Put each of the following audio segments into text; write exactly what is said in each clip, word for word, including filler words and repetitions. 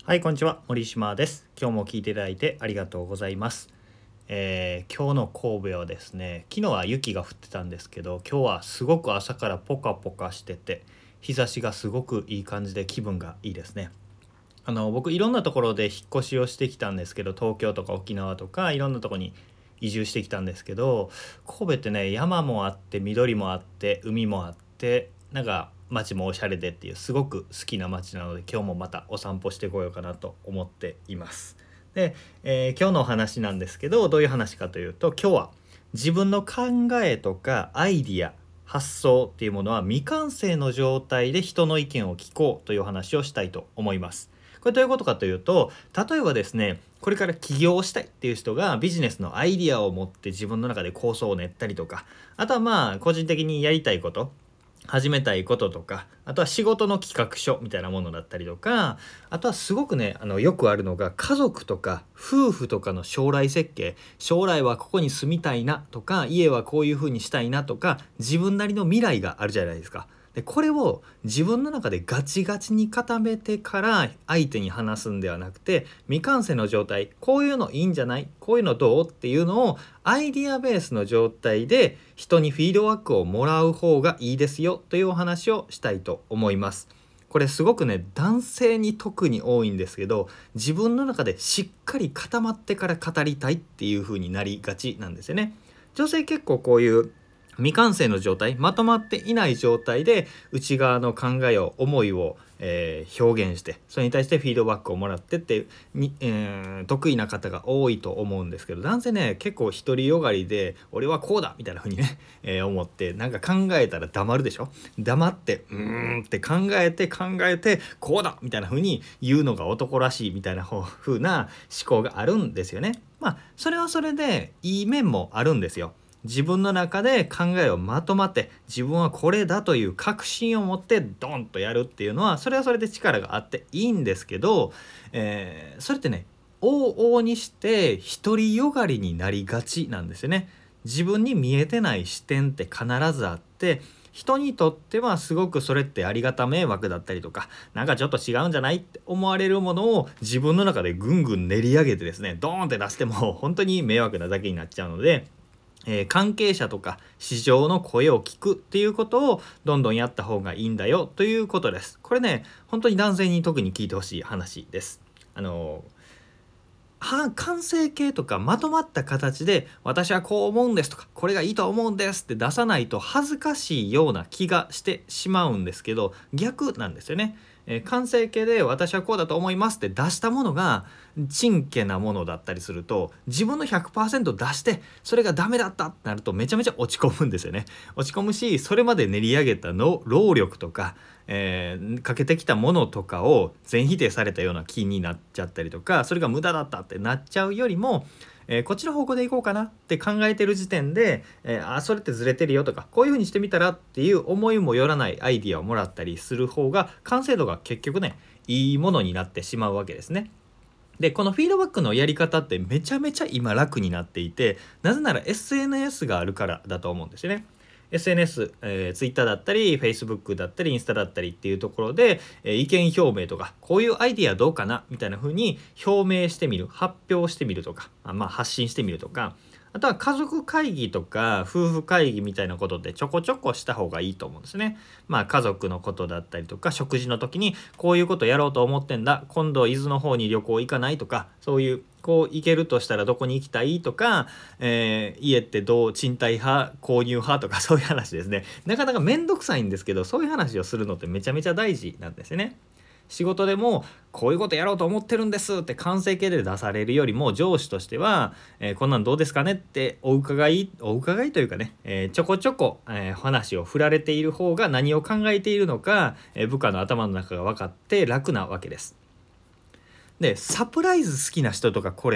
はい、こんにちは。森島です。今日も聞いていただいてありがとうございます。えー今日の神戸はですね、昨日は雪が降ってたんですけど、今日はすごく朝からポカポカしてて、日差しがすごくいい感じで気分がいいですね。あの、僕いろんなところで引っ越しをしてきたんですけど、東京とか沖縄とかいろんなところに移住してきたんですけど、神戸ってね、山もあって緑もあって海もあって、なんか街もおしゃれでっていうすごく好きな街なので、今日もまたお散歩してこようかなと思っています。で、えー今日のお話なんですけど、どういう話かというと、今日は自分の考えとかアイディア発想っていうものは未完成の状態で人の意見を聞こうという話をしたいと思います。これどういうことかというと、例えばですね、これから起業したいっていう人がビジネスのアイディアを持って自分の中で構想を練ったりとか、あとはまあ個人的にやりたいこと、始めたいこととか、あとは仕事の企画書みたいなものだったりとか、あとはすごくね、あのよくあるのが家族とか夫婦とかの将来設計、将来はここに住みたいなとか、家はこういう風にしたいなとか、自分なりの未来があるじゃないですか。でこれを自分の中でガチガチに固めてから相手に話すんではなくて、未完成の状態、こういうのいいんじゃない、こういうのどうっていうのをアイディアベースの状態で人にフィードバックをもらう方がいいですよというお話をしたいと思います。これすごくね、男性に特に多いんですけど、自分の中でしっかり固まってから語りたいっていう風になりがちなんですよね。女性結構こういう未完成の状態、まとまっていない状態で内側の考えを思いを、えー表現して、それに対してフィードバックをもらってってに、えー得意な方が多いと思うんですけど、男性ね結構独りよがりで俺はこうだみたいな風にね、えー思ってなんか考えたら黙るでしょ。黙ってうーんって考えて考えてこうだみたいな風に言うのが男らしいみたいな風な思考があるんですよね。まあそれはそれでいい面もあるんですよ。自分の中で考えをまとまって自分はこれだという確信を持ってドンとやるっていうのは、それはそれで力があっていいんですけど、えーそれってね、往々にして独りよがりになりがちなんですよね。自分に見えてない視点って必ずあって、人にとってはすごくそれってありがた迷惑だったりとか、なんかちょっと違うんじゃないって思われるものを自分の中でぐんぐん練り上げてですね、ドーンって出しても本当に迷惑なだけになっちゃうので、えー関係者とか市場の声を聞くっていうことをどんどんやった方がいいんだよということです。これね、本当に男性に特に聞いてほしい話です。あのは完成形とかまとまった形で私はこう思うんですとかこれがいいと思うんですって出さないと恥ずかしいような気がしてしまうんですけど、逆なんですよね。えー完成形で私はこうだと思いますって出したものがちんけなものだったりすると、自分のひゃくパーセント出してそれがダメだったってなるとめちゃめちゃ落ち込むんですよね。落ち込むし、それまで練り上げたの労力とか、えーかけてきたものとかを全否定されたような気になっちゃったりとか、それが無駄だったってなっちゃうよりも、えーこっちの方向でいこうかなって考えてる時点で、えーあそれってずれてるよとかこういう風にしてみたらっていう思いもよらないアイディアをもらったりする方が完成度が結局ね、いいものになってしまうわけですね。でこのフィードバックのやり方ってめちゃめちゃ今楽になっていて、なぜなら エスエヌエス があるからだと思うんですよね。エスエヌエス、えー、Twitter だったり Facebook だったりインスタだったりっていうところで、えー意見表明とかこういうアイディアどうかなみたいな風に表明してみる、発表してみるとか、あまあ発信してみるとか、あとは家族会議とか夫婦会議みたいなことでちょこちょこした方がいいと思うんですね。まあ家族のことだったりとか、食事の時にこういうことやろうと思ってんだ、今度伊豆の方に旅行行かないとか、そういうこう行けるとしたらどこに行きたいとか、えー家ってどう賃貸派購入派とかそういう話ですね。なかなかめんどくさいんですけど、そういう話をするのってめちゃめちゃ大事なんですよね。仕事でもこういうことやろうと思ってるんですって完成形で出されるよりも、上司としては、えーこんなんどうですかねってお伺いお伺いというかね、えーちょこちょこ、えー話を振られている方が何を考えているのか、えー部下の頭の中が分かって楽なわけです。でサプライズ好きな人とかこれ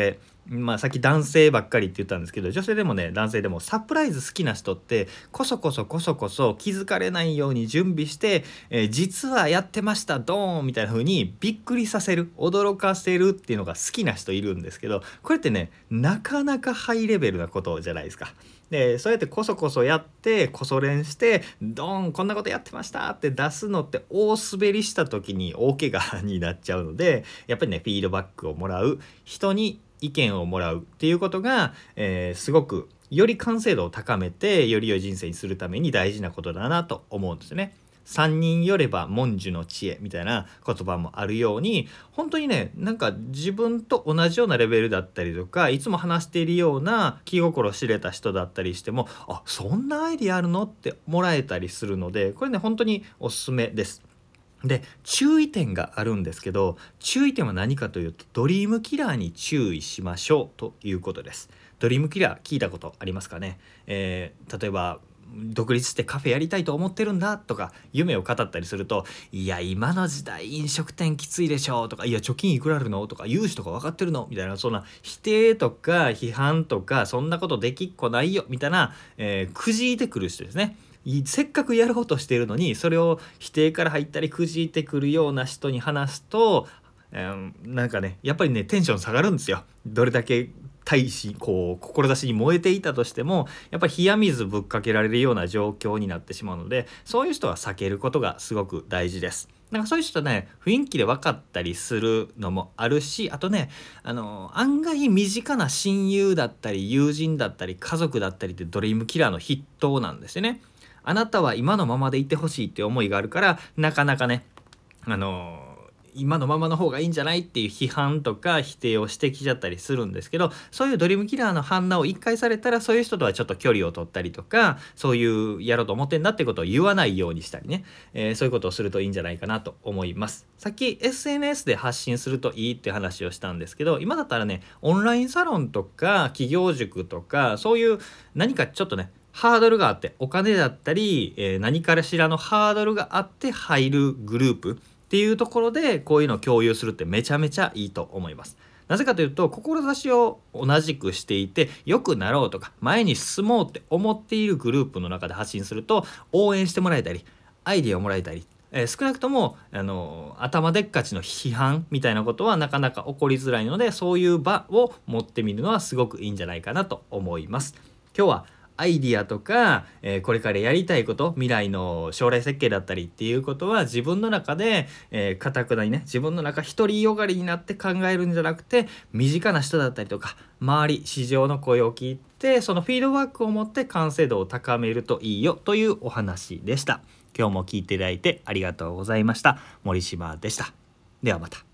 まあさっき男性ばっかりって言ったんですけど、女性でもね男性でもサプライズ好きな人ってこそこそこそこそ気づかれないように準備して、えー実はやってましたドーンみたいな風にびっくりさせる、驚かせるっていうのが好きな人いるんですけど、これってねなかなかハイレベルなことじゃないですか。でそうやってこそこそやってこそ練してドーンこんなことやってましたって出すのって大滑りした時に大怪我になっちゃうので、やっぱりねフィードバックをもらう、人に意見をもらうっていうことが、えーすごくより完成度を高めてより良い人生にするために大事なことだなと思うんですよね。三人よれば文殊の知恵みたいな言葉もあるように、本当にねなんか自分と同じようなレベルだったりとか、いつも話しているような気心知れた人だったりしても、あそんなアイディアあるのってもらえたりするので、これね本当におすすめです。で注意点があるんですけど、注意点は何かというとドリームキラーに注意しましょうということです。ドリームキラー聞いたことありますかね。えー例えば独立してカフェやりたいと思ってるんだとか夢を語ったりすると、いや今の時代飲食店きついでしょとか、いや貯金いくらあるのとか融資とか分かってるのみたいな、そんな否定とか批判とかそんなことできっこないよみたいな、えーくじいてくる人ですね。いせっかくやろうとしているのにそれを否定から入ったりくじいてくるような人に話すと、えーなんかねやっぱりねテンション下がるんですよ。どれだけ大しこう志に燃えていたとしても、やっぱり冷や水ぶっかけられるような状況になってしまうので、そういう人は避けることがすごく大事です。なんかそういう人ね雰囲気で分かったりするのもあるし、あとねあの案外身近な親友だったり友人だったり家族だったりってドリームキラーの筆頭なんですよね。あなたは今のままでいてほしいって思いがあるから、なかなかねあの今のままの方がいいんじゃないっていう批判とか否定をしてきちゃったりするんですけど、そういうドリームキラーの反応を一回されたらそういう人とはちょっと距離を取ったりとか、そういうやろうと思ってんだってことを言わないようにしたりね、えーそういうことをするといいんじゃないかなと思います。さっき エスエヌエス で発信するといいって話をしたんですけど、今だったらねオンラインサロンとか企業塾とかそういう何かちょっとねハードルがあって、お金だったり、えー何からしらのハードルがあって入るグループっていうところでこういうのを共有するってめちゃめちゃいいと思います。なぜかというと志を同じくしていて良くなろうとか前に進もうって思っているグループの中で発信すると応援してもらえたりアイディアをもらえたり、えー少なくともあの頭でっかちの批判みたいなことはなかなか起こりづらいので、そういう場を持ってみるのはすごくいいんじゃないかなと思います。今日はアイディアとか、えーこれからやりたいこと、未来の将来設計だったりっていうことは自分の中でえー、堅くなにね自分の中独りよがりになって考えるんじゃなくて、身近な人だったりとか周り市場の声を聞いてそのフィードバックを持って完成度を高めるといいよというお話でした。今日も聞いていただいてありがとうございました。森島でした。ではまた。